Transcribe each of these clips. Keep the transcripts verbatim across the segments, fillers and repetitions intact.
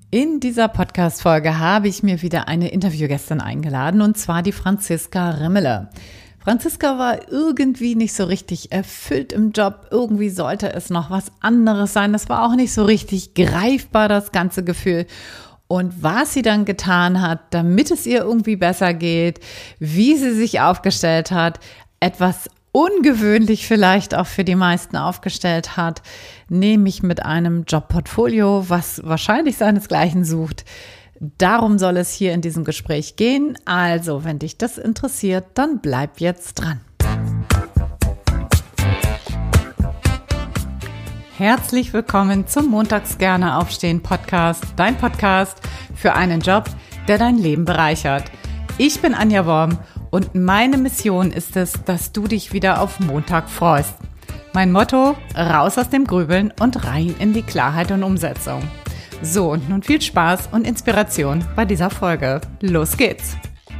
In dieser Podcast-Folge habe ich mir wieder eine Interviewgästin eingeladen, und zwar die Franziska Rimmele. Franziska war irgendwie nicht so richtig erfüllt im Job. Irgendwie sollte es noch was anderes sein. Das war auch nicht so richtig greifbar, das ganze Gefühl. Und was sie dann getan hat, damit es ihr irgendwie besser geht, wie sie sich aufgestellt hat, etwas ungewöhnlich vielleicht auch für die meisten aufgestellt hat, nämlich mit einem Jobportfolio, was wahrscheinlich seinesgleichen sucht. Darum soll es hier in diesem Gespräch gehen. Also, wenn dich das interessiert, dann bleib jetzt dran. Herzlich willkommen zum Montags gerne aufstehen Podcast, dein Podcast für einen Job, der dein Leben bereichert. Ich bin Anja Worm und meine Mission ist es, dass du dich wieder auf Montag freust. Mein Motto: raus aus dem Grübeln und rein in die Klarheit und Umsetzung. So, und nun viel Spaß und Inspiration bei dieser Folge. Los geht's!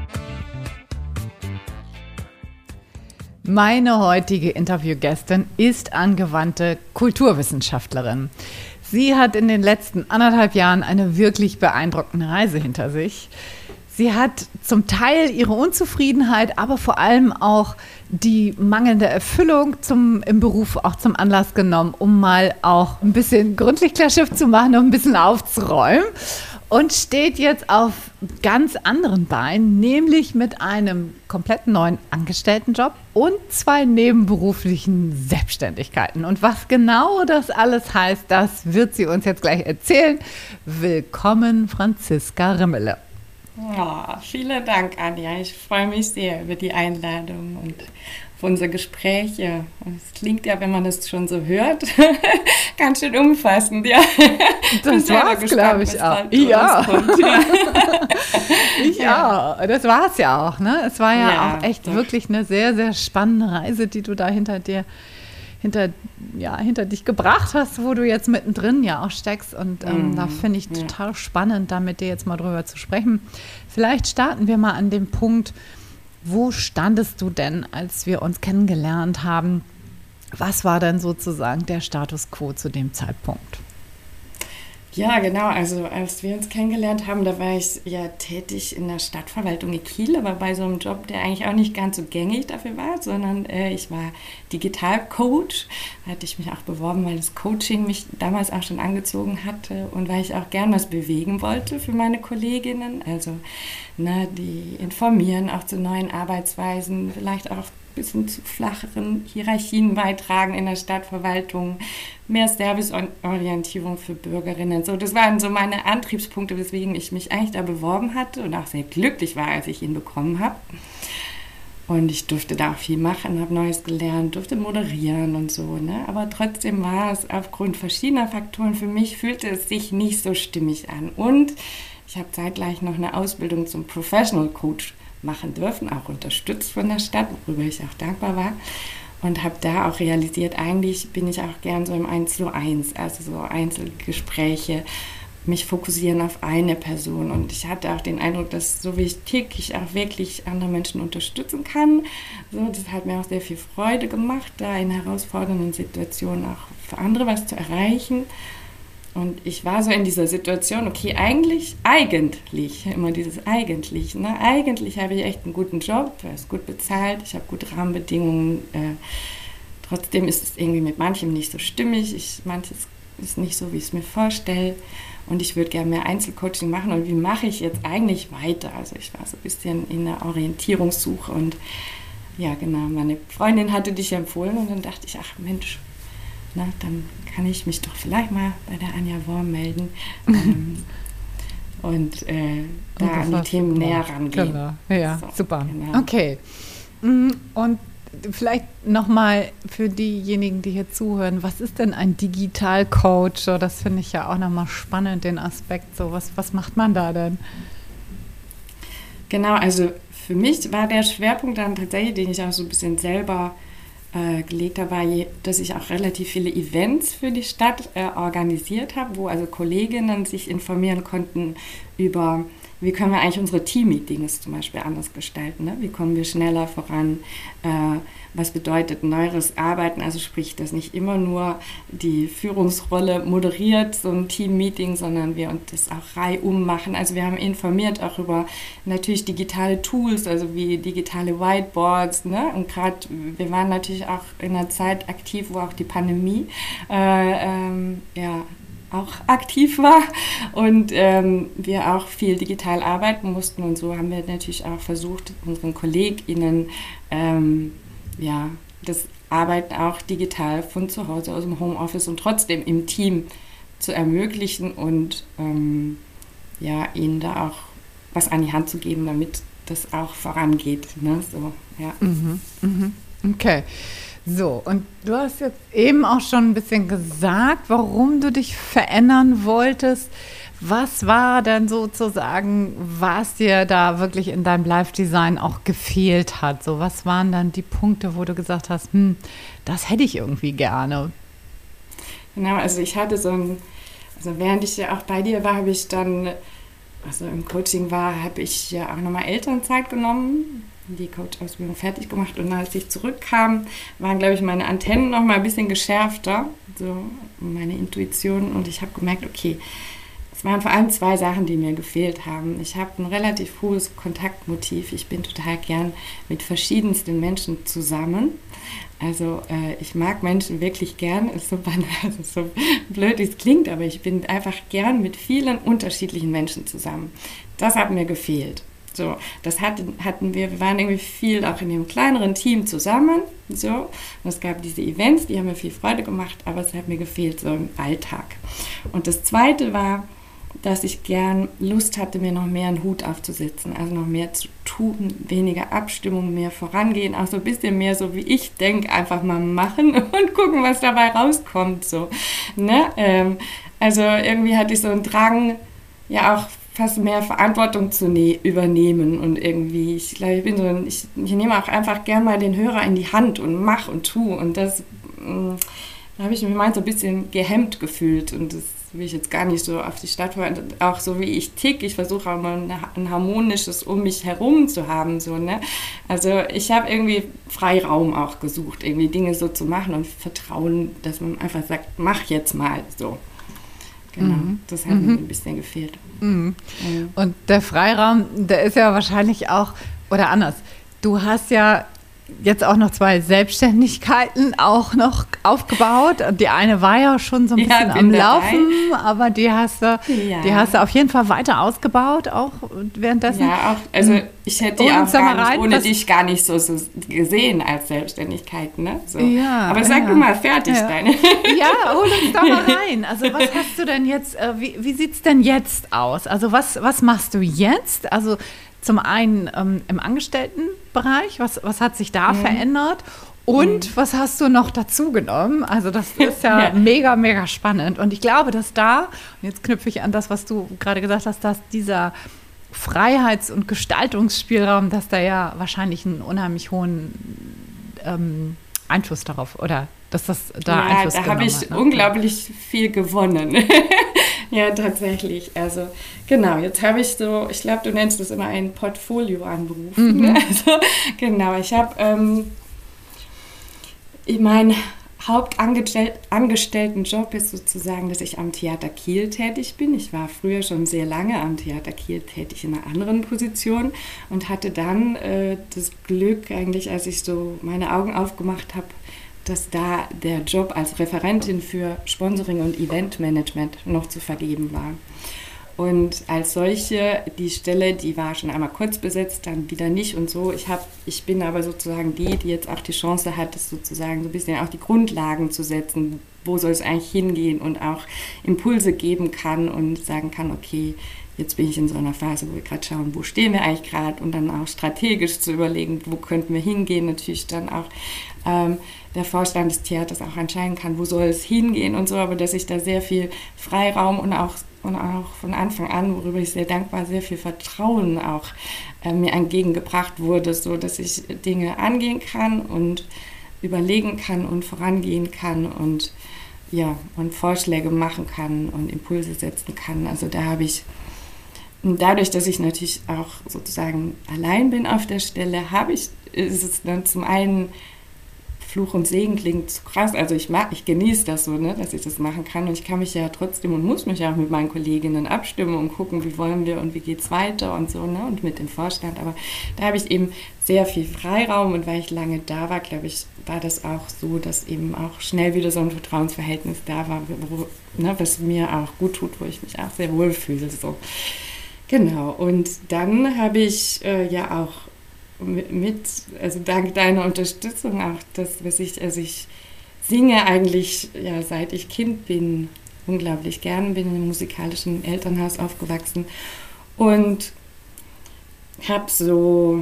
Meine heutige Interviewgästin ist angewandte Kulturwissenschaftlerin. Sie hat in den letzten anderthalb Jahren eine wirklich beeindruckende Reise hinter sich. Sie hat zum Teil ihre Unzufriedenheit, aber vor allem auch die mangelnde Erfüllung zum, im Beruf auch zum Anlass genommen, um mal auch ein bisschen gründlich Klärschiff zu machen und ein bisschen aufzuräumen. Und steht jetzt auf ganz anderen Beinen, nämlich mit einem komplett neuen Angestelltenjob und zwei nebenberuflichen Selbstständigkeiten. Und was genau das alles heißt, das wird sie uns jetzt gleich erzählen. Willkommen, Franziska Rimmele. Oh, vielen Dank, Anja. Ich freue mich sehr über die Einladung und auf unser Gespräch. Ja, es klingt ja, wenn man das schon so hört, ganz schön umfassend. Ja. Das war es, glaube ich, auch. Ja. ja. ich ja. auch. Das war es ja auch. Ne? Es war ja, ja auch echt doch. wirklich eine sehr, sehr spannende Reise, die du da hinter dir hinter, ja, hinter dich gebracht hast, wo du jetzt mittendrin ja auch steckst. Und ähm, mm, da finde ich ja. total spannend, da mit dir jetzt mal drüber zu sprechen. Vielleicht starten wir mal an dem Punkt, wo standest du denn, als wir uns kennengelernt haben? Was war denn sozusagen der Status quo zu dem Zeitpunkt? Ja, genau. Also als wir uns kennengelernt haben, da war ich ja tätig in der Stadtverwaltung in Kiel, aber bei so einem Job, der eigentlich auch nicht ganz so gängig dafür war, sondern äh, ich war Digitalcoach. Da hatte ich mich auch beworben, weil das Coaching mich damals auch schon angezogen hatte und weil ich auch gern was bewegen wollte für meine Kolleginnen. Also ne, die informieren auch zu neuen Arbeitsweisen, vielleicht auch bisschen zu flacheren Hierarchien beitragen in der Stadtverwaltung, mehr Serviceorientierung für Bürgerinnen. So, das waren so meine Antriebspunkte, weswegen ich mich eigentlich da beworben hatte und auch sehr glücklich war, als ich ihn bekommen habe. Und ich durfte da auch viel machen, habe Neues gelernt, durfte moderieren und so. Ne? Aber trotzdem war es aufgrund verschiedener Faktoren, für mich fühlte es sich nicht so stimmig an. Und ich habe zeitgleich noch eine Ausbildung zum Professional Coach machen dürfen, auch unterstützt von der Stadt, worüber ich auch dankbar war. Und habe da auch realisiert, eigentlich bin ich auch gern so im eins zu eins, also so Einzelgespräche, mich fokussieren auf eine Person. Und ich hatte auch den Eindruck, dass so wie ich tick, ich auch wirklich andere Menschen unterstützen kann. So, das hat mir auch sehr viel Freude gemacht, da in herausfordernden Situationen auch für andere was zu erreichen. Und ich war so in dieser Situation, okay, eigentlich, eigentlich, immer dieses eigentlich, ne? Eigentlich habe ich echt einen guten Job, er ist gut bezahlt, ich habe gute Rahmenbedingungen. Äh, trotzdem ist es irgendwie mit manchem nicht so stimmig, ich, manches ist nicht so, wie ich es mir vorstelle. Und ich würde gerne mehr Einzelcoaching machen. Und wie mache ich jetzt eigentlich weiter? Also ich war so ein bisschen in der Orientierungssuche. Und ja, genau, meine Freundin hatte dich empfohlen. Und dann dachte ich, ach Mensch, na, dann kann ich mich doch vielleicht mal bei der Anja Worm melden ähm, und äh, da und an die Themen super. näher rangehen. Genau. Ja, so, super. Genau. Okay. Und vielleicht nochmal für diejenigen, die hier zuhören, was ist denn ein Digitalcoach? So, das finde ich ja auch nochmal spannend, den Aspekt. So, was, was macht man da denn? Genau, also für mich war der Schwerpunkt dann tatsächlich, den ich auch so ein bisschen selber äh, gelegt habe, war, dass ich auch relativ viele Events für die Stadt äh, organisiert habe, wo also Kolleginnen sich informieren konnten über wie können wir eigentlich unsere Team-Meetings zum Beispiel anders gestalten, ne? Wie kommen wir schneller voran, äh, was bedeutet neueres Arbeiten, also sprich, dass nicht immer nur die Führungsrolle moderiert, so ein Team-Meeting, sondern wir uns das auch reihum machen. Also wir haben informiert auch über natürlich digitale Tools, also wie digitale Whiteboards, ne? Und gerade, wir waren natürlich auch in einer Zeit aktiv, wo auch die Pandemie äh, ähm, ja, auch aktiv war und ähm, wir auch viel digital arbeiten mussten, und so haben wir natürlich auch versucht, unseren KollegInnen ähm, ja, das Arbeiten auch digital von zu Hause aus dem Homeoffice und trotzdem im Team zu ermöglichen und ähm, ja, ihnen da auch was an die Hand zu geben, damit das auch vorangeht. Ne? So, ja. Mhm, mhm. Okay. So, und du hast jetzt eben auch schon ein bisschen gesagt, warum du dich verändern wolltest. Was war denn sozusagen, was dir da wirklich in deinem Live-Design auch gefehlt hat? So, was waren dann die Punkte, wo du gesagt hast, hm, das hätte ich irgendwie gerne? Genau, also ich hatte so ein, also während ich ja auch bei dir war, habe ich dann, also im Coaching war, habe ich ja auch nochmal Elternzeit genommen, die Coach-Ausbildung fertig gemacht, und als ich zurückkam, waren, glaube ich, meine Antennen noch mal ein bisschen geschärfter, so meine Intuition, und ich habe gemerkt, okay, es waren vor allem zwei Sachen, die mir gefehlt haben. Ich habe ein relativ hohes Kontaktmotiv. Ich bin total gern mit verschiedensten Menschen zusammen. Also äh, ich mag Menschen wirklich gern. Ist so banal, also so blöd, wie es klingt, aber ich bin einfach gern mit vielen unterschiedlichen Menschen zusammen. Das hat mir gefehlt. So, das hatten, hatten wir, wir waren irgendwie viel auch in einem kleineren Team zusammen, so, und es gab diese Events, die haben mir viel Freude gemacht, aber es hat mir gefehlt, so im Alltag. Und das Zweite war, dass ich gern Lust hatte, mir noch mehr einen Hut aufzusetzen, also noch mehr zu tun, weniger Abstimmung, mehr vorangehen, auch so ein bisschen mehr so, wie ich denke, einfach mal machen und gucken, was dabei rauskommt, so, ne, ähm, also irgendwie hatte ich so einen Drang, ja auch fast mehr Verantwortung zu ne- übernehmen, und irgendwie, ich glaube, ich bin so ein, ich, ich nehme auch einfach gern mal den Hörer in die Hand und mach und tu, und das, mh, da habe ich mich mal so ein bisschen gehemmt gefühlt, und das will ich jetzt gar nicht so auf die Stadt verwenden, auch so wie ich tick, ich versuche auch mal ein harmonisches um mich herum zu haben, so, ne, also ich habe irgendwie Freiraum auch gesucht, irgendwie Dinge so zu machen und Vertrauen, dass man einfach sagt, mach jetzt mal, so. Genau, mhm. Das hat mhm. mir ein bisschen gefehlt. Mhm. Mhm. Und der Freiraum, der ist ja wahrscheinlich auch, oder anders, du hast ja jetzt auch noch zwei Selbstständigkeiten auch noch aufgebaut. Die eine war ja schon so ein bisschen ja, am Laufen, dabei. aber die hast, du, ja. die hast du auf jeden Fall weiter ausgebaut, auch währenddessen. Ja, auch, also ich hätte die auch gar nicht, ohne dich gar nicht so, so gesehen als Selbstständigkeit. Ne? So. Ja, aber sag ja. du mal fertig ja. deine. Ja, hol uns da mal rein. Also was hast du denn jetzt, wie, wie sieht es denn jetzt aus? Also was, was machst du jetzt? Also zum einen ähm, im Angestelltenbereich, was, was hat sich da mhm. verändert? Und mhm. was hast du noch dazu genommen? Also das ist ja, ja mega, mega spannend. Und ich glaube, dass da, und jetzt knüpfe ich an das, was du gerade gesagt hast, dass dieser Freiheits- und Gestaltungsspielraum, dass da ja wahrscheinlich einen unheimlich hohen ähm, Einfluss darauf, oder dass das da ja, Einfluss da genommen habe ich hat, ne? unglaublich viel gewonnen. Ja, tatsächlich. Also genau, jetzt habe ich so, ich glaube, du nennst das immer ein Portfolio anberufen. Mhm. Also genau, ich habe ähm, mein Hauptangestelltenjob ist sozusagen, dass ich am Theater Kiel tätig bin. Ich war früher schon sehr lange am Theater Kiel tätig in einer anderen Position und hatte dann äh, das Glück eigentlich, als ich so meine Augen aufgemacht habe, dass da der Job als Referentin für Sponsoring und Eventmanagement noch zu vergeben war. Und als solche, die Stelle, die war schon einmal kurz besetzt, dann wieder nicht und so. Ich, hab, ich bin aber sozusagen die, die jetzt auch die Chance hat, das sozusagen so ein bisschen auch die Grundlagen zu setzen, wo soll es eigentlich hingehen, und auch Impulse geben kann und sagen kann, okay, jetzt bin ich in so einer Phase, wo wir gerade schauen, wo stehen wir eigentlich gerade, und dann auch strategisch zu überlegen, wo könnten wir hingehen. Natürlich dann auch ähm, der Vorstand des Theaters auch entscheiden kann, wo soll es hingehen und so, aber dass ich da sehr viel Freiraum und auch, und auch von Anfang an, worüber ich sehr dankbar, sehr viel Vertrauen auch äh, mir entgegengebracht wurde, so dass ich Dinge angehen kann und überlegen kann und vorangehen kann und ja, und Vorschläge machen kann und Impulse setzen kann. Also da habe ich Und dadurch, dass ich natürlich auch sozusagen allein bin auf der Stelle, habe ich, ist es dann zum einen Fluch und Segen, klingt zu krass. Also ich mag, ich genieße das so, ne, dass ich das machen kann. Und ich kann mich ja trotzdem und muss mich ja auch mit meinen Kolleginnen abstimmen und gucken, wie wollen wir und wie geht's weiter und so, ne, und mit dem Vorstand. Aber da habe ich eben sehr viel Freiraum, und weil ich lange da war, glaube ich, war das auch so, dass eben auch schnell wieder so ein Vertrauensverhältnis da war, wo, ne, was mir auch gut tut, wo ich mich auch sehr wohl fühle. So. Genau. Und dann habe ich äh, ja auch mit, also dank deiner Unterstützung auch das, was ich, also ich singe eigentlich, ja, seit ich Kind bin, unglaublich gern, bin in einem musikalischen Elternhaus aufgewachsen und habe so,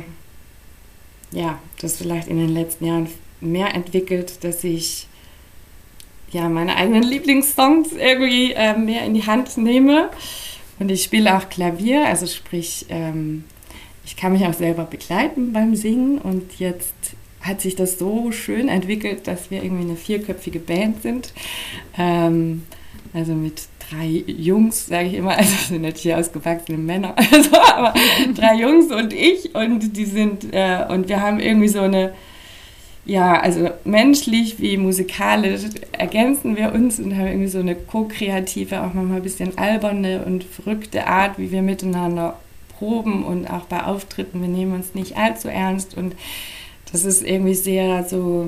ja, das vielleicht in den letzten Jahren mehr entwickelt, dass ich ja meine eigenen Lieblingssongs irgendwie äh, mehr in die Hand nehme, und ich spiele auch Klavier, also sprich, ähm, ich kann mich auch selber begleiten beim Singen, und jetzt hat sich das so schön entwickelt, dass wir irgendwie eine vierköpfige Band sind. Ähm, also mit drei Jungs, sage ich immer, also sind natürlich ausgewachsene Männer, also, aber drei Jungs und ich, und die sind, äh, und wir haben irgendwie so eine, ja, also menschlich wie musikalisch ergänzen wir uns und haben irgendwie so eine ko-kreative, auch manchmal ein bisschen alberne und verrückte Art, wie wir miteinander proben und auch bei Auftritten. Wir nehmen uns nicht allzu ernst, und das ist irgendwie sehr so,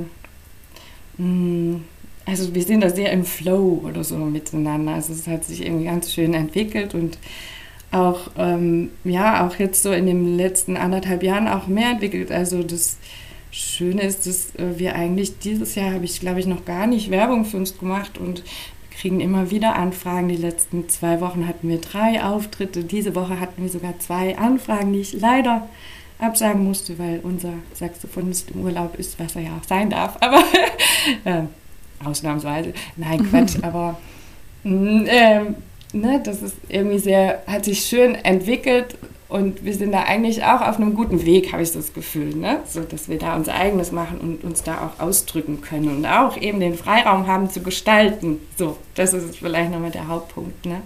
mh, also wir sind da sehr im Flow oder so miteinander. Also es hat sich irgendwie ganz schön entwickelt, und auch, ähm, ja, auch jetzt so in den letzten anderthalb Jahren auch mehr entwickelt. Also das Schöne ist, dass wir eigentlich dieses Jahr, habe ich glaube ich noch gar nicht Werbung für uns gemacht, und wir kriegen immer wieder Anfragen. Die letzten zwei Wochen hatten wir drei Auftritte. Diese Woche hatten wir sogar zwei Anfragen, die ich leider absagen musste, weil unser Saxophonist im Urlaub ist, was er ja auch sein darf. Aber äh, ausnahmsweise. Nein, Quatsch. aber äh, ne, das ist irgendwie sehr, hat sich schön entwickelt. Und wir sind da eigentlich auch auf einem guten Weg, habe ich das Gefühl, ne? So, dass wir da unser Eigenes machen und uns da auch ausdrücken können und auch eben den Freiraum haben zu gestalten. So, das ist vielleicht nochmal der Hauptpunkt, ne?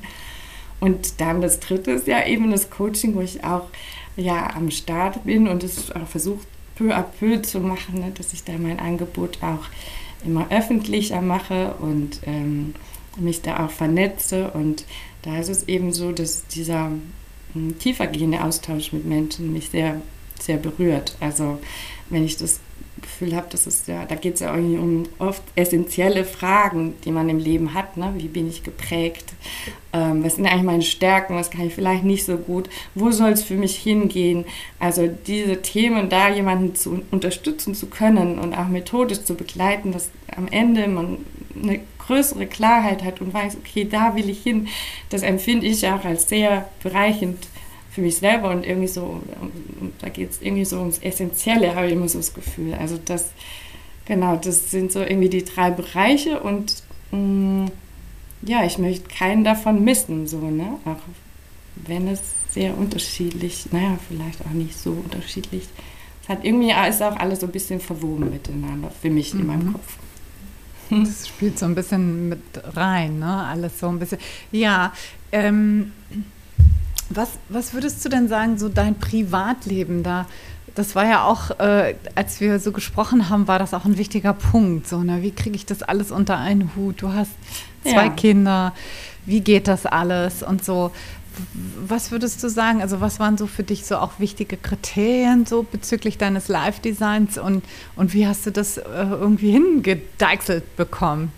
Und dann das Dritte ist ja eben das Coaching, wo ich auch ja am Start bin und es auch versucht, peu à peu zu machen, ne? Dass ich da mein Angebot auch immer öffentlicher mache und ähm, mich da auch vernetze. Und da ist es eben so, dass dieser ein tiefergehender Austausch mit Menschen mich sehr, sehr berührt. Also wenn ich das Gefühl habe, dass es ja, da geht es ja irgendwie um oft essentielle Fragen, die man im Leben hat, ne? Wie bin ich geprägt? Ähm, was sind eigentlich meine Stärken? Was kann ich vielleicht nicht so gut? Wo soll es für mich hingehen? Also diese Themen, da jemanden zu unterstützen zu können und auch methodisch zu begleiten, dass am Ende man eine größere Klarheit hat und weiß, okay, da will ich hin, das empfinde ich auch als sehr bereichernd für mich selber, und irgendwie so, da geht es irgendwie so ums Essentielle, habe ich immer so das Gefühl. Also das, genau, das sind so irgendwie die drei Bereiche, und mh, ja, ich möchte keinen davon missen, so, ne, auch wenn es sehr unterschiedlich, naja, vielleicht auch nicht so unterschiedlich, es hat irgendwie, ist auch alles so ein bisschen verwoben miteinander, für mich mhm. in meinem Kopf. Das spielt so ein bisschen mit rein, ne? Alles so ein bisschen. Ja, ähm, was, was würdest du denn sagen, so dein Privatleben da? Das war ja auch, äh, als wir so gesprochen haben, war das auch ein wichtiger Punkt. So, ne? Wie kriege ich das alles unter einen Hut? Du hast zwei ja. Kinder, wie geht das alles und so? Was würdest du sagen, also was waren so für dich so auch wichtige Kriterien so bezüglich deines Live-Designs, und, und wie hast du das äh, irgendwie hingedeichselt bekommen?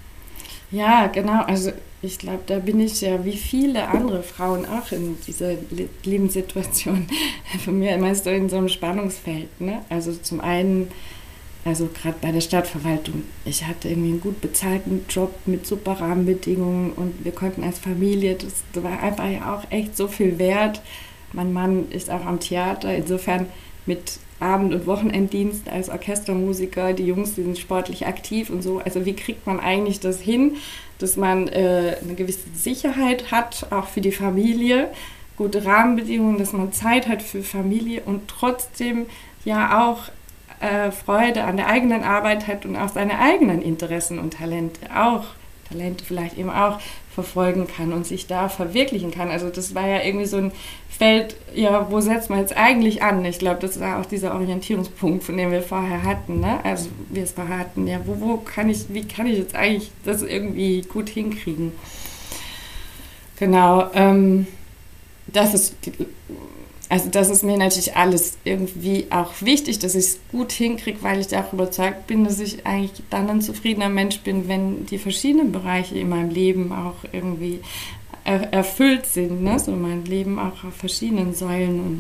Ja, genau, also ich glaube, da bin ich ja wie viele andere Frauen auch in dieser Le- Lebenssituation von mir immer so in so einem Spannungsfeld, ne? Also zum einen, also gerade bei der Stadtverwaltung, ich hatte irgendwie einen gut bezahlten Job mit super Rahmenbedingungen, und wir konnten als Familie, das, das war einfach ja auch echt so viel wert. Mein Mann ist auch am Theater, insofern mit Abend- und Wochenenddienst als Orchestermusiker, die Jungs, die sind sportlich aktiv und so. Also wie kriegt man eigentlich das hin, dass man äh, eine gewisse Sicherheit hat, auch für die Familie, gute Rahmenbedingungen, dass man Zeit hat für Familie und trotzdem ja auch Freude an der eigenen Arbeit hat und auch seine eigenen Interessen und Talente auch Talente vielleicht eben auch verfolgen kann und sich da verwirklichen kann. Also das war ja irgendwie so ein Feld, ja, wo setzt man jetzt eigentlich an? Ich glaube, das war auch dieser Orientierungspunkt, von dem wir vorher hatten, ne? Also wir es vorher hatten, ja, wo, wo kann ich, wie kann ich jetzt eigentlich das irgendwie gut hinkriegen? Genau, ähm, das ist, also das ist mir natürlich alles irgendwie auch wichtig, dass ich es gut hinkriege, weil ich auch überzeugt bin, dass ich eigentlich dann ein zufriedener Mensch bin, wenn die verschiedenen Bereiche in meinem Leben auch irgendwie er- erfüllt sind, ne? So mein Leben auch auf verschiedenen Säulen und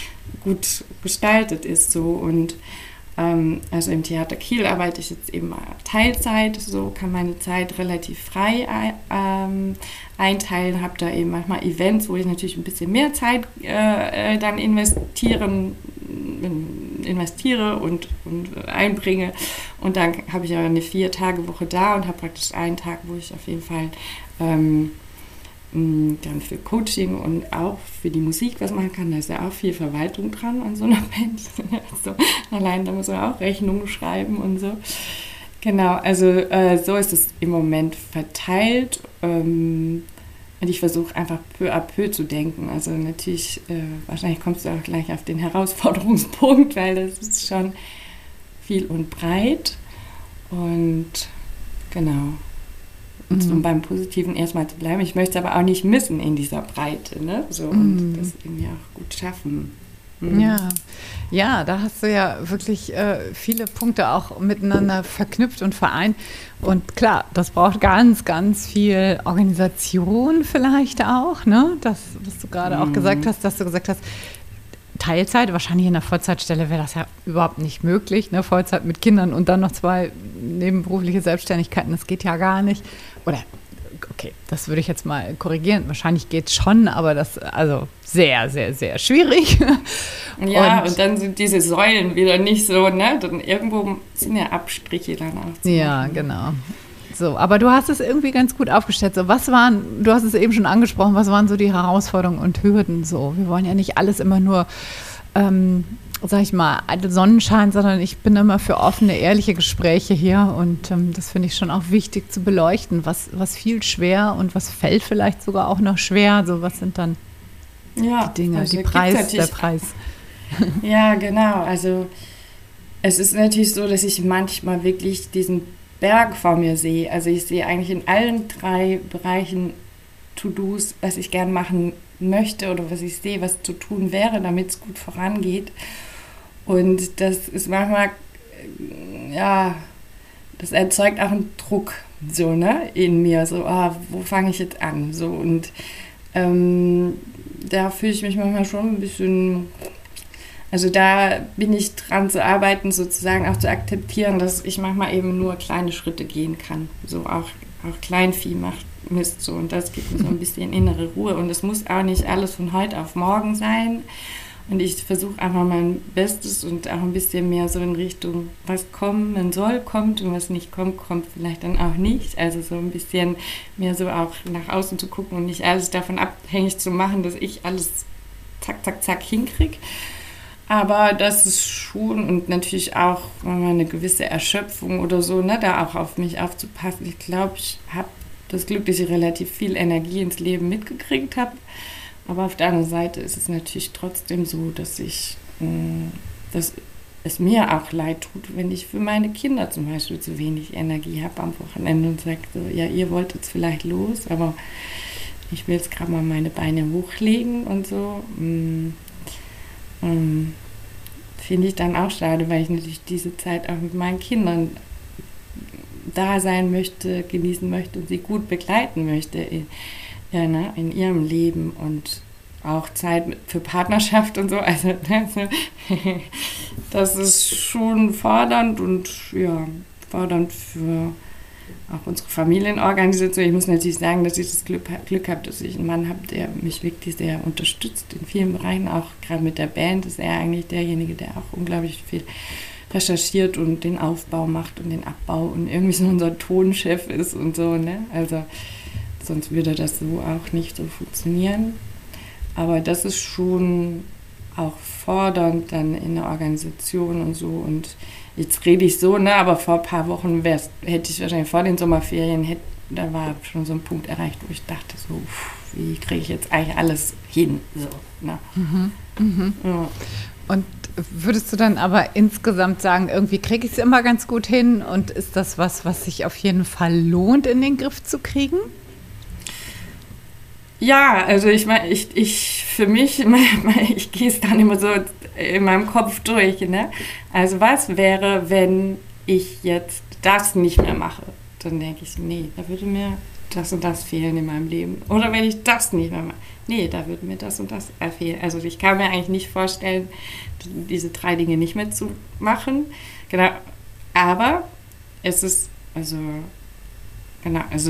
gut gestaltet ist so. Und ähm, also im Theater Kiel arbeite ich jetzt eben Teilzeit, so kann meine Zeit relativ frei ähm, einteilen, habe da eben manchmal Events, wo ich natürlich ein bisschen mehr Zeit äh, dann investieren, investiere und, und einbringe. Und dann habe ich aber eine Vier-Tage-Woche da und habe praktisch einen Tag, wo ich auf jeden Fall ähm, dann für Coaching und auch für die Musik was machen kann. Da ist ja auch viel Verwaltung dran an so einer Band. Also, allein da muss man auch Rechnungen schreiben und so. Genau, also äh, so ist es im Moment verteilt. Ähm, und ich versuche einfach peu à peu zu denken. Also natürlich, äh, wahrscheinlich kommst du auch gleich auf den Herausforderungspunkt, weil das ist schon viel und breit. Und genau. Und um beim Positiven erstmal zu bleiben. Ich möchte es aber auch nicht missen in dieser Breite, ne? So, und mm. das irgendwie auch gut schaffen. Mm. Ja. Ja, da hast du ja wirklich äh, viele Punkte auch miteinander verknüpft und vereint. Und klar, das braucht ganz, ganz viel Organisation vielleicht auch, ne? Das, was du gerade mm. auch gesagt hast, dass du gesagt hast, Teilzeit, wahrscheinlich in der Vollzeitstelle wäre das ja überhaupt nicht möglich, ne? Vollzeit mit Kindern und dann noch zwei nebenberufliche Selbstständigkeiten, das geht ja gar nicht. Oder, okay, das würde ich jetzt mal korrigieren, wahrscheinlich geht es schon, aber das, also sehr, sehr, sehr schwierig. Ja, und, und dann sind diese Säulen wieder nicht so, ne? Dann irgendwo sind ja Abstriche dann auch zu Ja, machen. genau. So, aber du hast es irgendwie ganz gut aufgestellt. So, was waren, du hast es eben schon angesprochen, was waren so die Herausforderungen und Hürden so? Wir wollen ja nicht alles immer nur, ähm, sag ich mal, Sonnenschein, sondern ich bin immer für offene, ehrliche Gespräche hier und ähm, das finde ich schon auch wichtig zu beleuchten. Was, was fiel schwer und was fällt vielleicht sogar auch noch schwer? So, was sind dann ja, die Dinge, also die Preis, der Preis? Ja, genau. Also es ist natürlich so, dass ich manchmal wirklich diesen Berg vor mir sehe. Also ich sehe eigentlich in allen drei Bereichen To-Dos, was ich gern machen möchte oder was ich sehe, was zu tun wäre, damit es gut vorangeht. Und das ist manchmal, ja, das erzeugt auch einen Druck so, ne, in mir. So, ah, wo fange ich jetzt an? So, und ähm, da fühle ich mich manchmal schon ein bisschen... Also da bin ich dran zu arbeiten, sozusagen auch zu akzeptieren, dass ich manchmal eben nur kleine Schritte gehen kann. So auch, auch Kleinvieh macht Mist so und das gibt mir so ein bisschen innere Ruhe. Und es muss auch nicht alles von heute auf morgen sein. Und ich versuche einfach mein Bestes und auch ein bisschen mehr so in Richtung, was kommen soll, kommt und was nicht kommt, kommt vielleicht dann auch nicht. Also so ein bisschen mehr so auch nach außen zu gucken und nicht alles davon abhängig zu machen, dass ich alles zack, zack, zack hinkriege. Aber das ist schon und natürlich auch eine gewisse Erschöpfung oder so, ne, da auch auf mich aufzupassen. Ich glaube, ich habe das Glück, dass ich relativ viel Energie ins Leben mitgekriegt habe. Aber auf der anderen Seite ist es natürlich trotzdem so, dass ich, dass es mir auch leid tut, wenn ich für meine Kinder zum Beispiel zu wenig Energie habe am Wochenende und sage so, ja, ihr wollt jetzt vielleicht los, aber ich will jetzt gerade mal meine Beine hochlegen und so. Finde ich dann auch schade, weil ich natürlich diese Zeit auch mit meinen Kindern da sein möchte, genießen möchte und sie gut begleiten möchte in, ja, ne, in ihrem Leben und auch Zeit für Partnerschaft und so. Also das ist schon fordernd und ja, fordernd für auch unsere Familienorganisation. Ich muss natürlich sagen, dass ich das Glück, Glück habe, dass ich einen Mann habe, der mich wirklich sehr unterstützt in vielen Bereichen, auch gerade mit der Band ist er eigentlich derjenige, der auch unglaublich viel recherchiert und den Aufbau macht und den Abbau und irgendwie so unser Tonchef ist und so, ne? Also sonst würde das so auch nicht so funktionieren. Aber das ist schon auch fordernd dann in der Organisation und so und jetzt rede ich so, ne, aber vor ein paar Wochen hätte ich wahrscheinlich vor den Sommerferien, hätte, da war schon so ein Punkt erreicht, wo ich dachte, so, wie kriege ich jetzt eigentlich alles hin? So, ne? Mhm. Mhm. Ja. Und würdest du dann aber insgesamt sagen, irgendwie kriege ich es immer ganz gut hin und ist das was, was sich auf jeden Fall lohnt, in den Griff zu kriegen? Ja, also ich meine, ich, ich für mich, ich gehe es dann immer so in meinem Kopf durch. Ne? Also was wäre, wenn ich jetzt das nicht mehr mache? Dann denke ich, nee, da würde mir das und das fehlen in meinem Leben. Oder wenn ich das nicht mehr mache, nee, da würde mir das und das fehlen. Also ich kann mir eigentlich nicht vorstellen, diese drei Dinge nicht mehr zu machen. Genau, aber es ist, also, genau, also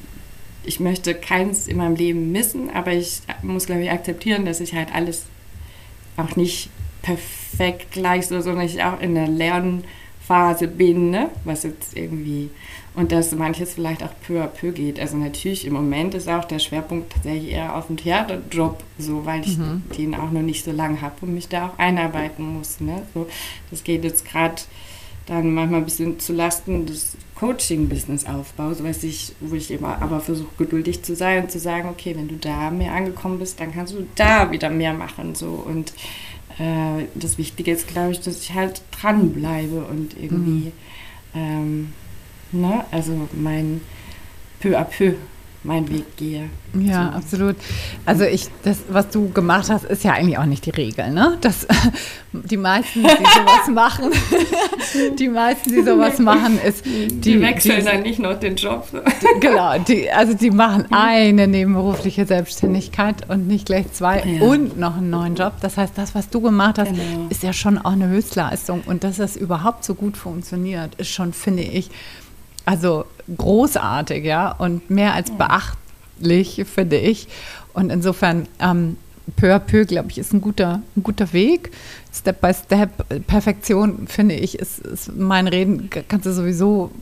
ich möchte keins in meinem Leben missen, aber ich muss, glaube ich, akzeptieren, dass ich halt alles auch nicht perfekt gleich so, sondern ich auch in der Lernphase bin, ne? Was jetzt irgendwie, und dass manches vielleicht auch peu à peu geht. Also natürlich im Moment ist auch der Schwerpunkt tatsächlich eher auf dem Theaterjob, so, weil ich mhm. den auch noch nicht so lange habe und mich da auch einarbeiten muss. Ne? So, das geht jetzt gerade dann manchmal ein bisschen zu Lasten des Coaching-Business-Aufbaus, was ich, wo ich immer aber versuche, geduldig zu sein und zu sagen, okay, wenn du da mehr angekommen bist, dann kannst du da wieder mehr machen. So. Und äh, das Wichtige ist, glaube ich, dass ich halt dranbleibe und irgendwie, mhm. ähm, ne, also mein peu à peu meinen Weg gehe. Ja, so. Absolut. Also ich, das, was du gemacht hast, ist ja eigentlich auch nicht die Regel, ne? Das, die meisten, die sowas machen, die meisten, die sowas machen, ist die, die wechseln die, dann nicht noch den Job. Die, genau, die, also die machen eine nebenberufliche Selbstständigkeit und nicht gleich zwei ja. und noch einen neuen Job. Das heißt, das, was du gemacht hast, genau. ist ja schon auch eine Höchstleistung und dass das überhaupt so gut funktioniert, ist schon, finde ich, also großartig, ja, und mehr als beachtlich, finde ich. Und insofern, ähm, peu à peu, glaube ich, ist ein guter, ein guter Weg. Step by Step, Perfektion, finde ich, ist, ist mein Reden, kannst du sowieso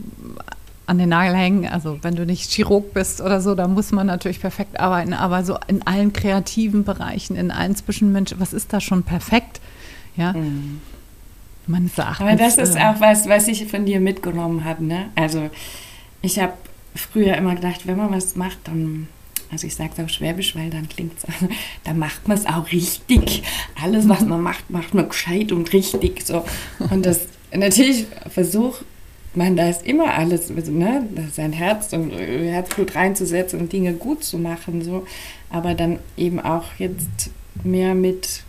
an den Nagel hängen. Also wenn du nicht Chirurg bist oder so, da muss man natürlich perfekt arbeiten. Aber so in allen kreativen Bereichen, in allen Zwischenmenschen, was ist da schon perfekt? Ja. Mhm. Meines Erachtens. Aber das ist auch was, was ich von dir mitgenommen habe. Ne? Also ich habe früher immer gedacht, wenn man was macht, dann, also ich sage es auf Schwäbisch, weil dann klingt es, dann macht man es auch richtig. Alles, was man macht, macht man gescheit und richtig. So. Und das natürlich versucht man da ist immer alles, also, ne, sein Herz und Herzblut reinzusetzen und Dinge gut zu machen. So. Aber dann eben auch jetzt mehr mit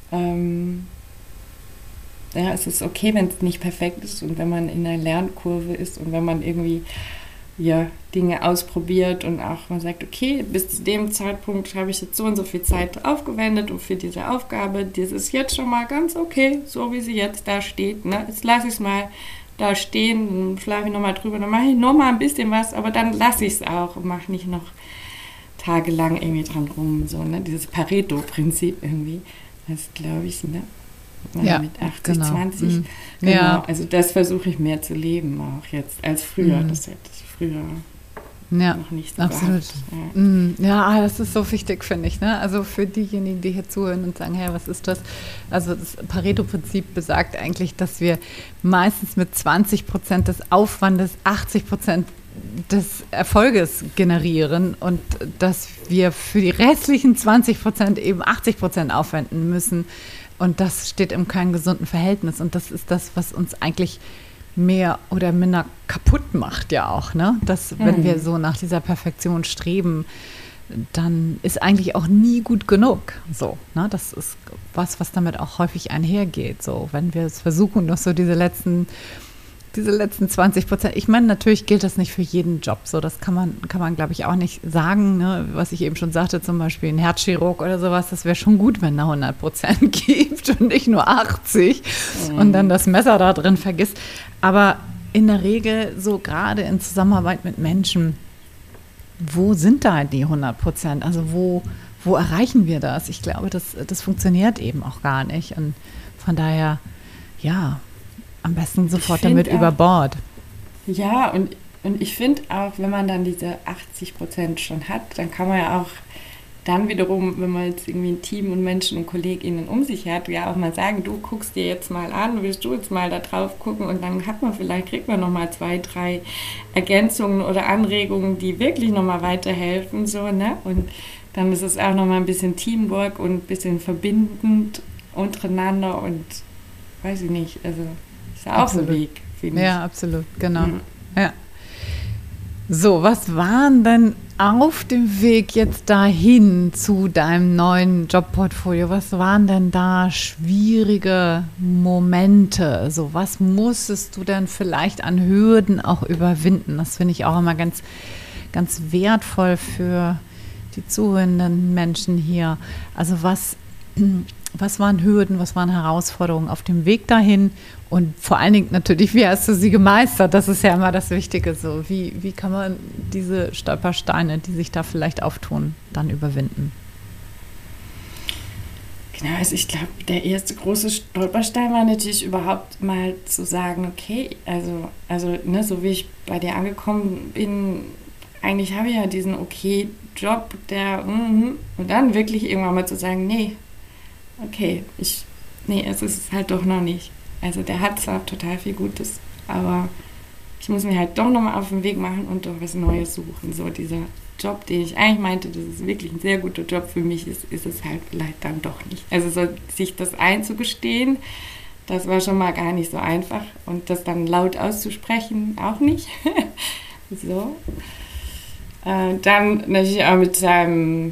ähm, ja, es ist okay, wenn es nicht perfekt ist und wenn man in einer Lernkurve ist und wenn man irgendwie ja, Dinge ausprobiert und auch man sagt, okay, bis zu dem Zeitpunkt habe ich jetzt so und so viel Zeit aufgewendet und für diese Aufgabe, das ist jetzt schon mal ganz okay, so wie sie jetzt da steht. Ne? Jetzt lasse ich es mal da stehen, dann schlafe ich nochmal drüber, dann mache ich nochmal ein bisschen was, aber dann lasse ich es auch und mache nicht noch tagelang irgendwie dran rum. So, ne? Dieses Pareto-Prinzip irgendwie, das glaube ich, ne? Ja, mit achtzig, genau. zwanzig. Mhm. Genau. Ja. Also das versuche ich mehr zu leben auch jetzt als früher. Mhm. Das hätte ich früher ja, noch nicht so absolut. Ja. Mhm. Ja, das ist so wichtig, finde ich. Ne? Also für diejenigen, die hier zuhören und sagen, hey, was ist das? Also das Pareto-Prinzip besagt eigentlich, dass wir meistens mit zwanzig Prozent des Aufwandes achtzig Prozent des Erfolges generieren und dass wir für die restlichen zwanzig Prozent eben achtzig Prozent aufwenden müssen. Und das steht in keinem gesunden Verhältnis. Und das ist das, was uns eigentlich mehr oder minder kaputt macht ja auch. Ne? Dass, mhm. wenn wir so nach dieser Perfektion streben, dann ist eigentlich auch nie gut genug. So, ne? Das ist was, was damit auch häufig einhergeht. So, wenn wir es versuchen, noch so diese letzten diese letzten zwanzig Prozent. Ich meine, natürlich gilt das nicht für jeden Job. So, das kann man, kann man, glaube ich, auch nicht sagen. Ne? Was ich eben schon sagte, zum Beispiel ein Herzchirurg oder sowas, das wäre schon gut, wenn er hundert Prozent gibt und nicht nur achtzig mhm. und dann das Messer da drin vergisst. Aber in der Regel, so gerade in Zusammenarbeit mit Menschen, wo sind da die hundert Prozent? Also wo, wo erreichen wir das? Ich glaube, das, das funktioniert eben auch gar nicht. Und von daher, ja, am besten sofort damit auch, über Bord. Ja, und, und ich finde auch, wenn man dann diese achtzig Prozent schon hat, dann kann man ja auch dann wiederum, wenn man jetzt irgendwie ein Team und Menschen und KollegInnen um sich hat, ja auch mal sagen, du guckst dir jetzt mal an, willst du jetzt mal da drauf gucken und dann hat man vielleicht, kriegt man nochmal zwei, drei Ergänzungen oder Anregungen, die wirklich nochmal weiterhelfen, so, ne? Und dann ist es auch nochmal ein bisschen Teamwork und ein bisschen verbindend untereinander und weiß ich nicht, also ist ja auch Absolut. so ein Weg, finde ich. Ja, absolut, genau. Mhm. Ja. So, was waren denn auf dem Weg jetzt dahin zu deinem neuen Jobportfolio? Was waren denn da schwierige Momente? So, was musstest du denn vielleicht an Hürden auch überwinden? Das finde ich auch immer ganz, ganz wertvoll für die zuhörenden Menschen hier. Also was, was waren Hürden, was waren Herausforderungen auf dem Weg dahin? Und vor allen Dingen natürlich, wie hast du sie gemeistert? Das ist ja immer das Wichtige. So, wie, wie kann man diese Stolpersteine, die sich da vielleicht auftun, dann überwinden? Genau, also ich glaube, der erste große Stolperstein war natürlich überhaupt mal zu sagen, okay, also, also ne, so wie ich bei dir angekommen bin, eigentlich habe ich ja diesen okay Job, der mm, und dann wirklich irgendwann mal zu sagen, nee, okay, ich, nee, es ist halt doch noch nicht. Also der hat zwar total viel Gutes, aber ich muss mir halt doch nochmal auf den Weg machen und doch was Neues suchen. So dieser Job, den ich eigentlich meinte, das ist wirklich ein sehr guter Job für mich, ist, ist es halt vielleicht dann doch nicht. Also so, sich das einzugestehen, das war schon mal gar nicht so einfach und das dann laut auszusprechen auch nicht. So. Äh, dann natürlich auch mit seinem,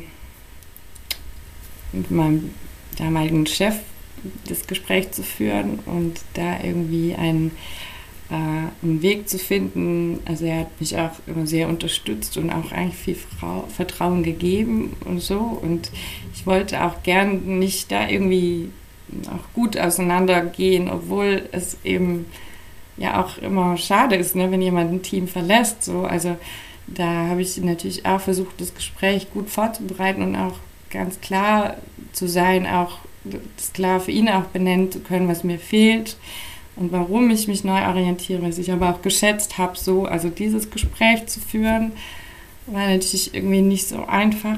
mit meinem damaligen Chef das Gespräch zu führen und da irgendwie einen, äh, einen Weg zu finden. Also er hat mich auch immer sehr unterstützt und auch eigentlich viel Frau, Vertrauen gegeben und so. Und ich wollte auch gern nicht da irgendwie auch gut auseinandergehen, obwohl es eben ja auch immer schade ist, ne, wenn jemand ein Team verlässt. So. Also da habe ich natürlich auch versucht, das Gespräch gut vorzubereiten und auch ganz klar zu sein, auch das klar für ihn auch benennen zu können, was mir fehlt und warum ich mich neu orientiere, was ich aber auch geschätzt habe, so, also dieses Gespräch zu führen, war natürlich irgendwie nicht so einfach.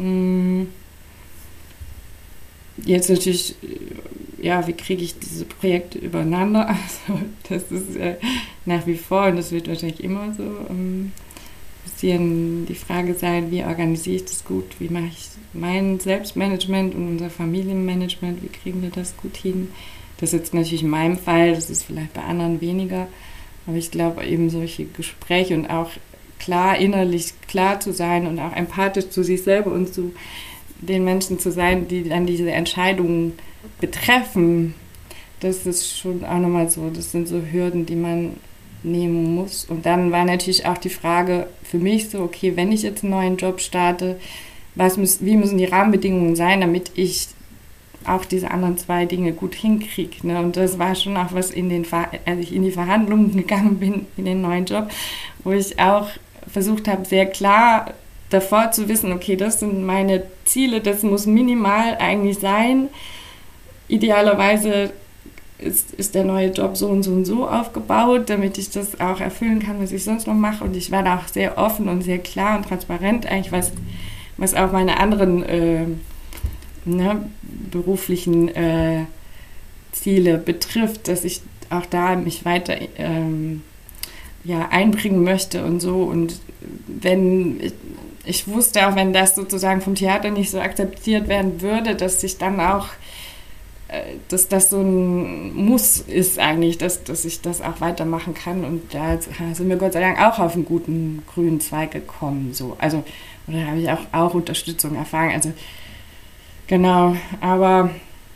Jetzt natürlich, ja, wie kriege ich diese Projekte übereinander? Also das ist äh, nach wie vor, und das wird wahrscheinlich immer so ähm, bisschen die Frage sein, wie organisiere ich das gut, wie mache ich mein Selbstmanagement und unser Familienmanagement, wie kriegen wir das gut hin? Das ist jetzt natürlich in meinem Fall, das ist vielleicht bei anderen weniger, aber ich glaube eben solche Gespräche und auch klar, innerlich klar zu sein und auch empathisch zu sich selber und zu den Menschen zu sein, die dann diese Entscheidungen betreffen, das ist schon auch nochmal so, das sind so Hürden, die man nehmen muss. Und dann war natürlich auch die Frage für mich so, okay, wenn ich jetzt einen neuen Job starte, was muss, wie müssen die Rahmenbedingungen sein, damit ich auch diese anderen zwei Dinge gut hinkriege. Ne? Und das war schon auch was, in den Ver- als ich in die Verhandlungen gegangen bin, in den neuen Job, wo ich auch versucht habe, sehr klar davor zu wissen, okay, das sind meine Ziele, das muss minimal eigentlich sein. Idealerweise ist, ist der neue Job so und so und so aufgebaut, damit ich das auch erfüllen kann, was ich sonst noch mache. Und ich war da auch sehr offen und sehr klar und transparent, eigentlich was, was auch meine anderen äh, ne, beruflichen äh, Ziele betrifft, dass ich auch da mich weiter ähm, ja, einbringen möchte und so. Und wenn ich, ich wusste auch, wenn das sozusagen vom Theater nicht so akzeptiert werden würde, dass ich dann auch dass das so ein Muss ist eigentlich, dass, dass ich das auch weitermachen kann. Und da sind wir Gott sei Dank auch auf einen guten grünen Zweig gekommen. So. Also, oder habe ich auch, auch Unterstützung erfahren. Also, genau, aber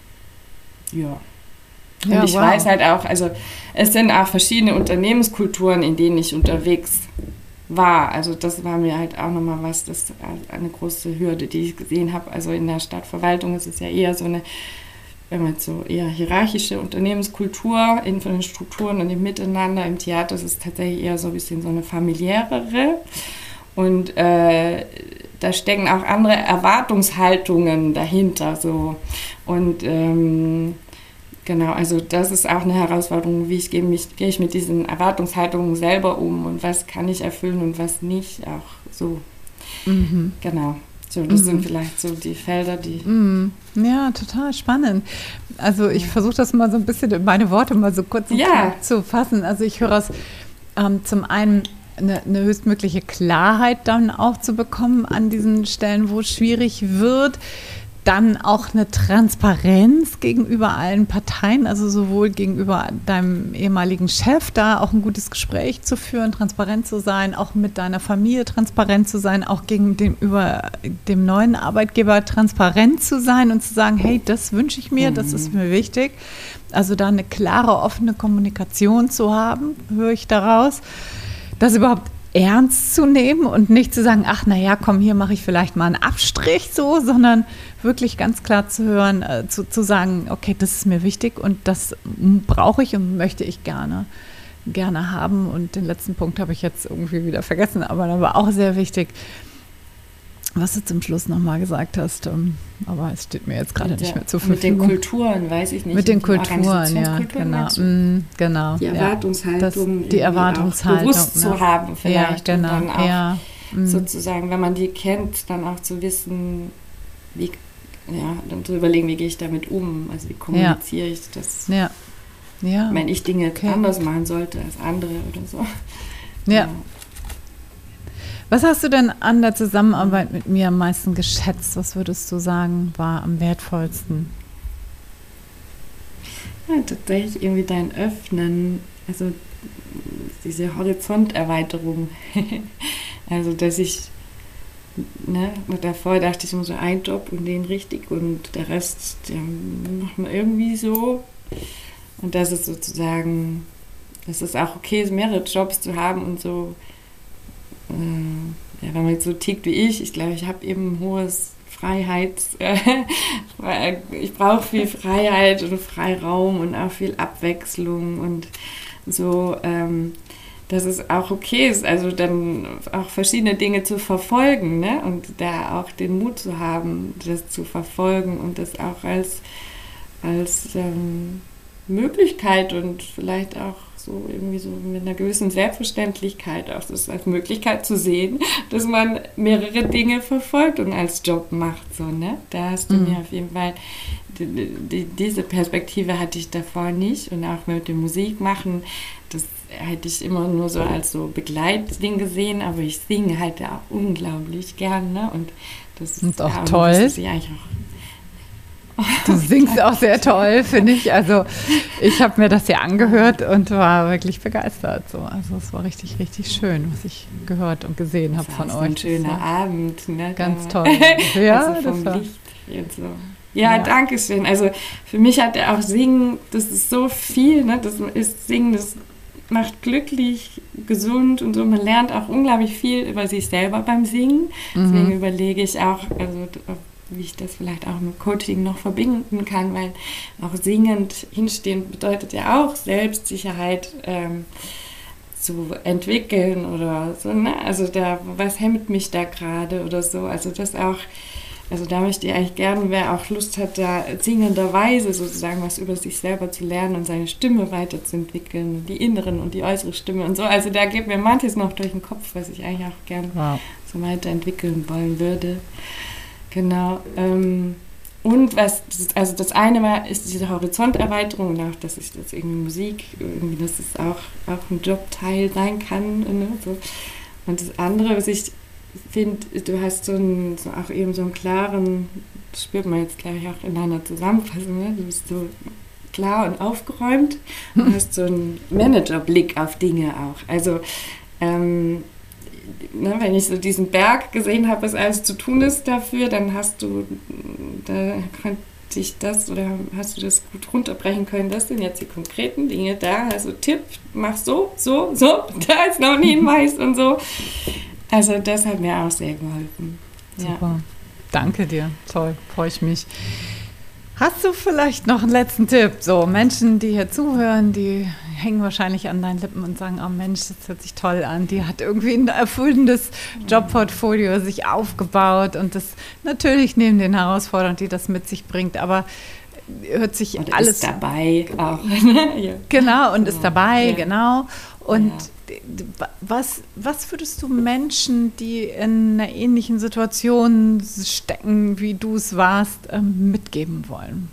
ja. Und ja, ich wow. weiß halt auch, also es sind auch verschiedene Unternehmenskulturen, in denen ich unterwegs war. Also das war mir halt auch nochmal was, das ist eine große Hürde, die ich gesehen habe. Also in der Stadtverwaltung ist es ja eher so eine, wenn man so eher hierarchische Unternehmenskultur in von den Strukturen und dem Miteinander. Im Theater ist es tatsächlich eher so ein bisschen so eine familiärere. Und äh, da stecken auch andere Erwartungshaltungen dahinter. So. Und ähm, genau, also das ist auch eine Herausforderung, wie ich gehe, mich, gehe ich mit diesen Erwartungshaltungen selber um und was kann ich erfüllen und was nicht. Auch so. Mhm. Genau. So, das mhm. sind vielleicht so die Felder, die... Mhm. Ja, total spannend. Also ich ja. versuche das mal so ein bisschen in meine Worte mal so kurz ja. zu fassen. Also ich höre es ähm, zum einen eine, eine höchstmögliche Klarheit dann auch zu bekommen an diesen Stellen, wo es schwierig wird. Dann auch eine Transparenz gegenüber allen Parteien, also sowohl gegenüber deinem ehemaligen Chef, da auch ein gutes Gespräch zu führen, transparent zu sein, auch mit deiner Familie transparent zu sein, auch gegenüber dem neuen Arbeitgeber transparent zu sein und zu sagen, hey, das wünsche ich mir, mhm. das ist mir wichtig. Also da eine klare, offene Kommunikation zu haben, höre ich daraus. Das überhaupt ernst zu nehmen und nicht zu sagen, ach naja, komm, hier mache ich vielleicht mal einen Abstrich so, sondern wirklich ganz klar zu hören, äh, zu, zu sagen, okay, das ist mir wichtig und das brauche ich und möchte ich gerne, gerne haben. Und den letzten Punkt habe ich jetzt irgendwie wieder vergessen, aber der war auch sehr wichtig, was du zum Schluss nochmal gesagt hast, ähm, aber es steht mir jetzt gerade nicht mehr zur Verfügung. Mit den Kulturen, weiß ich nicht. Mit den Kulturen, ja, genau. Mm, genau. Die Erwartungshaltung, das, die Erwartungshaltung bewusst ne? zu haben vielleicht. Ja, genau. Und dann auch ja. mm. sozusagen, wenn man die kennt, dann auch zu wissen, wie, ja, dann zu überlegen, wie gehe ich damit um, also wie kommuniziere ja. ich das, ja. Ja. wenn ich Dinge okay. anders machen sollte als andere oder so. Ja. ja. Was hast du denn an der Zusammenarbeit mit mir am meisten geschätzt? Was würdest du sagen, war am wertvollsten? Ja, tatsächlich irgendwie dein Öffnen, also diese Horizonterweiterung. Also, dass ich, ne, davor dachte ich immer so, ein Job und den richtig und der Rest, den macht man irgendwie so. Und das ist sozusagen, dass es auch okay ist, mehrere Jobs zu haben und so. Ja, wenn man jetzt so tickt wie ich, ich glaube, ich habe eben ein hohes Freiheits... ich brauche viel Freiheit und Freiraum und auch viel Abwechslung und so, ähm, dass es auch okay ist, also dann auch verschiedene Dinge zu verfolgen, ne? Und da auch den Mut zu haben, das zu verfolgen und das auch als, als ähm, Möglichkeit und vielleicht auch so irgendwie so mit einer gewissen Selbstverständlichkeit auch das als Möglichkeit zu sehen, dass man mehrere Dinge verfolgt und als Job macht. So, ne? Da hast du mhm. mir auf jeden Fall, die, die, diese Perspektive hatte ich davor nicht und auch mit dem Musikmachen, das hätte ich immer nur so als so Begleitding gesehen, aber ich singe halt auch unglaublich gern, ne? Und das ist und auch ja, toll. Das ist eigentlich auch Du singst auch sehr toll, finde ich. Also ich habe mir das ja angehört und war wirklich begeistert. So. Also es war richtig, richtig schön, was ich gehört und gesehen habe von euch. Ein schöner Abend. Ne? Ganz toll. Ja, also vom das war Licht und so. Ja, ja, danke schön. Also für mich hat er auch Singen, das ist so viel. Ne? Das ist Singen, das macht glücklich, gesund und so. Man lernt auch unglaublich viel über sich selber beim Singen. Deswegen mhm. überlege ich auch, also wie ich das vielleicht auch mit Coaching noch verbinden kann, weil auch singend hinstehen bedeutet ja auch Selbstsicherheit ähm, zu entwickeln oder so, ne? Also da, was hemmt mich da gerade oder so, also das auch, also da möchte ich eigentlich gerne, wer auch Lust hat, da singenderweise sozusagen was über sich selber zu lernen und seine Stimme weiterzuentwickeln, die inneren und die äußere Stimme und so, also da geht mir manches noch durch den Kopf, was ich eigentlich auch gerne wow. so weiterentwickeln wollen würde. Genau. Ähm, und was, also das eine war, ist diese Horizonterweiterung und auch, dass ich das irgendwie Musik, irgendwie, dass es auch, auch ein Jobteil sein kann. Ne, so. Und das andere, was ich finde, du hast so, ein, so auch eben so einen klaren, das spürt man jetzt gleich auch in einer Zusammenfassung, ne? Du bist so klar und aufgeräumt und hast so einen Managerblick auf Dinge auch. Also, ähm, Ne, wenn ich so diesen Berg gesehen habe, was alles zu tun ist dafür, dann hast du, da könnte ich das oder hast du das gut runterbrechen können. Das sind jetzt die konkreten Dinge da. Also Tipp, mach so, so, so, da ist noch ein Hinweis und so. Also das hat mir auch sehr geholfen. Super, ja. Danke dir, toll, freue ich mich. Hast du vielleicht noch einen letzten Tipp? So Menschen, die hier zuhören, die hängen wahrscheinlich an deinen Lippen und sagen, oh Mensch, das hört sich toll an. Die hat irgendwie ein erfüllendes Jobportfolio sich aufgebaut und das natürlich neben den Herausforderungen, die das mit sich bringt, aber hört sich und alles... ist dabei auch. Genau, und ist dabei, ja. genau. Und was, was würdest du Menschen, die in einer ähnlichen Situation stecken, wie du es warst, mitgeben wollen?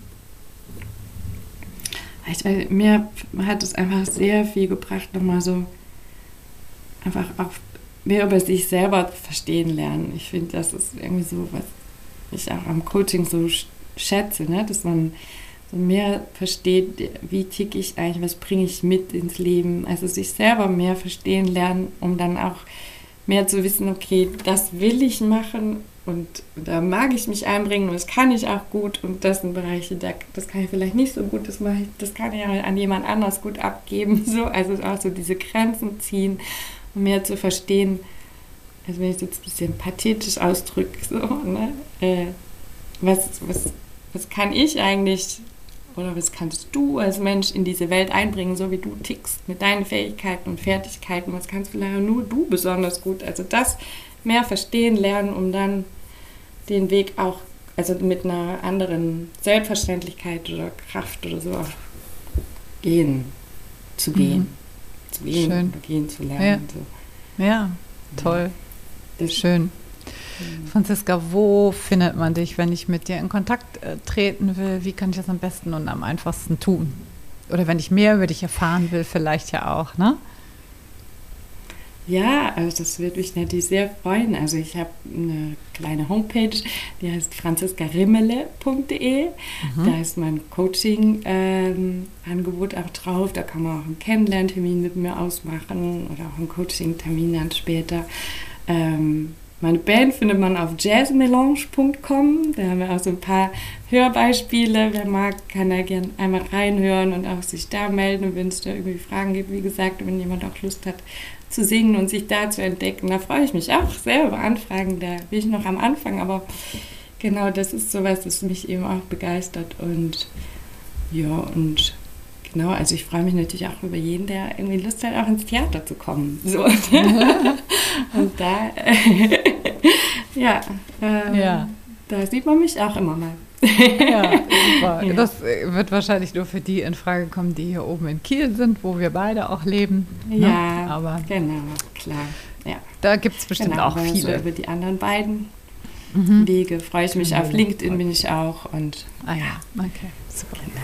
Ich weiß, mir hat es einfach sehr viel gebracht, nochmal so einfach auch mehr über sich selber verstehen lernen. Ich finde, das ist irgendwie so, was ich auch am Coaching so schätze, ne? Dass man so mehr versteht, wie ticke ich eigentlich, was bringe ich mit ins Leben. Also sich selber mehr verstehen lernen, um dann auch mehr zu wissen, okay, das will ich machen und da mag ich mich einbringen und das kann ich auch gut und das sind Bereiche, das kann ich vielleicht nicht so gut, das, mache ich, das kann ich an jemand anders gut abgeben. So, also auch so diese Grenzen ziehen, um mehr zu verstehen, also wenn ich es jetzt ein bisschen pathetisch ausdrücke, so, ne, äh, was, was, was kann ich eigentlich oder was kannst du als Mensch in diese Welt einbringen, so wie du tickst, mit deinen Fähigkeiten und Fertigkeiten, was kannst vielleicht nur du besonders gut, also das mehr verstehen lernen, um dann den Weg auch, also mit einer anderen Selbstverständlichkeit oder Kraft oder so auch gehen, zu gehen, mhm. zu gehen Schön. oder gehen zu lernen. Ja, so. Ja, toll, das schön. Franziska, wo findet man dich, wenn ich mit dir in Kontakt äh, treten will? Wie kann ich das am besten und am einfachsten tun? Oder wenn ich mehr über dich erfahren will, vielleicht ja auch, ne? Ja, also das würde mich natürlich sehr freuen. Also ich habe eine kleine Homepage, die heißt franziska rimmele punkt de. Mhm. Da ist mein Coaching-Angebot ähm, auch drauf. Da kann man auch einen Kennenlerntermin mit mir ausmachen oder auch einen Coaching-Termin dann später. Ähm, Meine Band findet man auf jazzmelange punkt com. Da haben wir auch so ein paar Hörbeispiele. Wer mag, kann da gerne einmal reinhören und auch sich da melden, wenn es da irgendwie Fragen gibt. Wie gesagt, wenn jemand auch Lust hat zu singen und sich da zu entdecken, da freue ich mich auch sehr über Anfragen. Da bin ich noch am Anfang, aber genau das ist sowas, das mich eben auch begeistert. Und ja, und genau, also ich freue mich natürlich auch über jeden, der irgendwie Lust hat, auch ins Theater zu kommen. So. Und da, äh, ja, ähm, ja, da sieht man mich auch immer mal. Ja, super. Ja. Das wird wahrscheinlich nur für die in Frage kommen, die hier oben in Kiel sind, wo wir beide auch leben. Ja, ne? Aber genau, klar. Ja. Da gibt es bestimmt genau, auch viele. So über die anderen beiden mhm. Wege freue ich mich. Mhm. Auf LinkedIn bin ich auch. Und, ah ja, okay, super. Genau.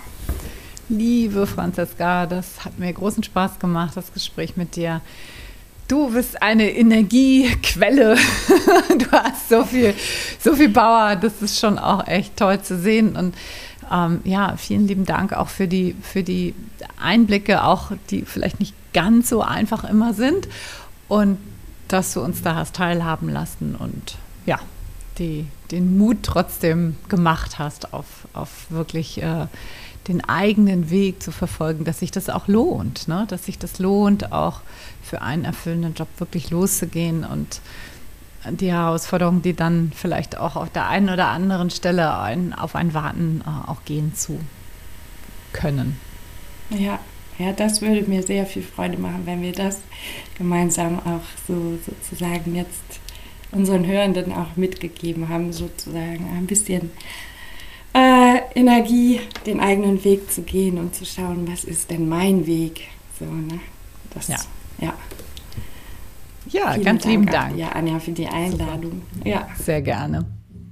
Liebe Franziska, das hat mir großen Spaß gemacht, das Gespräch mit dir. Du bist eine Energiequelle. Du hast so viel, so viel Power. Das ist schon auch echt toll zu sehen. Und ähm, ja, vielen lieben Dank auch für die, für die Einblicke, auch die vielleicht nicht ganz so einfach immer sind. Und dass du uns da hast teilhaben lassen und ja, die, den Mut trotzdem gemacht hast, auf, auf wirklich äh, den eigenen Weg zu verfolgen, dass sich das auch lohnt, ne? Dass sich das lohnt, auch für einen erfüllenden Job wirklich loszugehen und die Herausforderungen, die dann vielleicht auch auf der einen oder anderen Stelle ein, auf ein Warten äh, auch gehen zu können. Ja, ja, das würde mir sehr viel Freude machen, wenn wir das gemeinsam auch so sozusagen jetzt unseren Hörenden auch mitgegeben haben, sozusagen ein bisschen Äh, Energie, den eigenen Weg zu gehen und zu schauen, was ist denn mein Weg? So, ne? Das, ja. Ja, ja ganz Dank, lieben Dank. Ja, Anja, für die Einladung. Ja. Sehr gerne.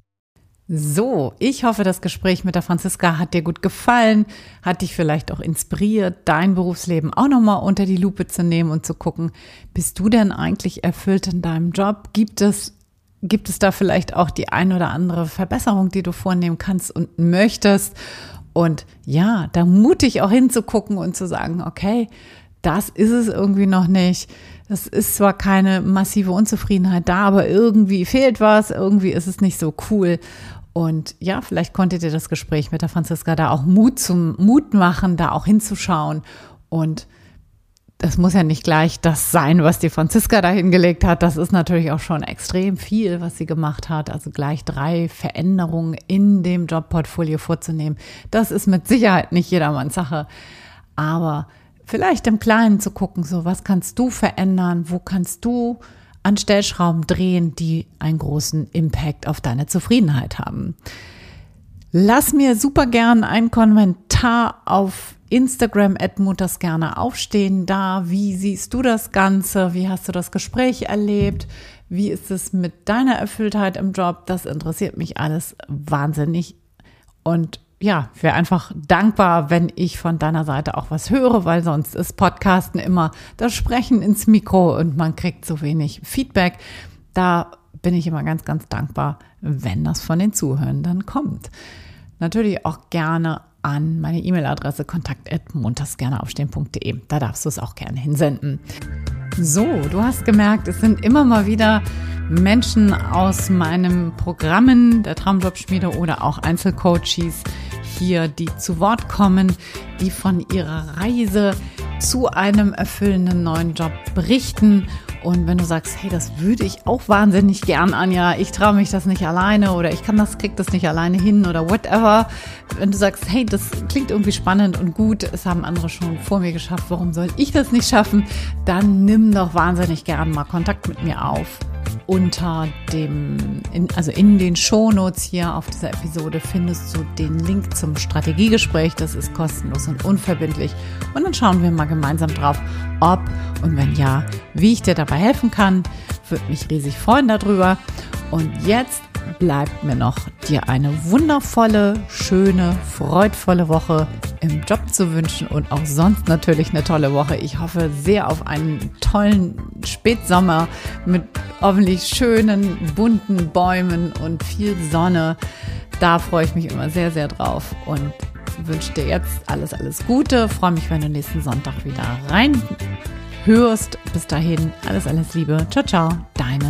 So, ich hoffe, das Gespräch mit der Franziska hat dir gut gefallen, hat dich vielleicht auch inspiriert, dein Berufsleben auch nochmal unter die Lupe zu nehmen und zu gucken, bist du denn eigentlich erfüllt in deinem Job? Gibt es Gibt es da vielleicht auch die ein oder andere Verbesserung, die du vornehmen kannst und möchtest? Und ja, da mutig auch hinzugucken und zu sagen, okay, das ist es irgendwie noch nicht. Das ist zwar keine massive Unzufriedenheit da, aber irgendwie fehlt was, irgendwie ist es nicht so cool. Und ja, vielleicht konnte dir das Gespräch mit der Franziska da auch Mut zum Mut machen, da auch hinzuschauen. Und das muss ja nicht gleich das sein, was die Franziska da hingelegt hat. Das ist natürlich auch schon extrem viel, was sie gemacht hat. Also gleich drei Veränderungen in dem Jobportfolio vorzunehmen. Das ist mit Sicherheit nicht jedermanns Sache. Aber vielleicht im Kleinen zu gucken, so was kannst du verändern? Wo kannst du an Stellschrauben drehen, die einen großen Impact auf deine Zufriedenheit haben? Lass mir super gern einen Kommentar auf Instagram at mutters gerne aufstehen da. Wie siehst du das Ganze? Wie hast du das Gespräch erlebt? Wie ist es mit deiner Erfülltheit im Job? Das interessiert mich alles wahnsinnig. Und ja, ich wäre einfach dankbar, wenn ich von deiner Seite auch was höre, weil sonst ist Podcasten immer das Sprechen ins Mikro und man kriegt so wenig Feedback. Da bin ich immer ganz, ganz dankbar, wenn das von den Zuhörenden kommt. Natürlich auch gerne an meine E-Mail-Adresse kontakt at montagsgerneaufstehen punkt de. Da darfst du es auch gerne hinsenden. So, du hast gemerkt, es sind immer mal wieder Menschen aus meinen Programmen der Traumjobschmiede oder auch Einzelcoaches hier, die zu Wort kommen, die von ihrer Reise zu einem erfüllenden neuen Job berichten. Und wenn du sagst, hey, das würde ich auch wahnsinnig gern, Anja, ich traue mich das nicht alleine oder ich kann das, krieg das nicht alleine hin oder whatever. Wenn du sagst, hey, das klingt irgendwie spannend und gut, es haben andere schon vor mir geschafft, warum soll ich das nicht schaffen? Dann nimm doch wahnsinnig gern mal Kontakt mit mir auf. Unter dem, in, also in den Shownotes hier auf dieser Episode findest du den Link zum Strategiegespräch. Das ist kostenlos und unverbindlich. Und dann schauen wir mal gemeinsam drauf, ob und wenn ja, wie ich dir dabei helfen kann. Würde mich riesig freuen darüber. Und jetzt bleibt mir noch, dir eine wundervolle, schöne, freudvolle Woche im Job zu wünschen und auch sonst natürlich eine tolle Woche. Ich hoffe sehr auf einen tollen Spätsommer mit hoffentlich schönen, bunten Bäumen und viel Sonne. Da freue ich mich immer sehr, sehr drauf und wünsche dir jetzt alles, alles Gute. Freue mich, wenn du nächsten Sonntag wieder rein hörst. Bis dahin, alles, alles Liebe. Ciao, ciao, deine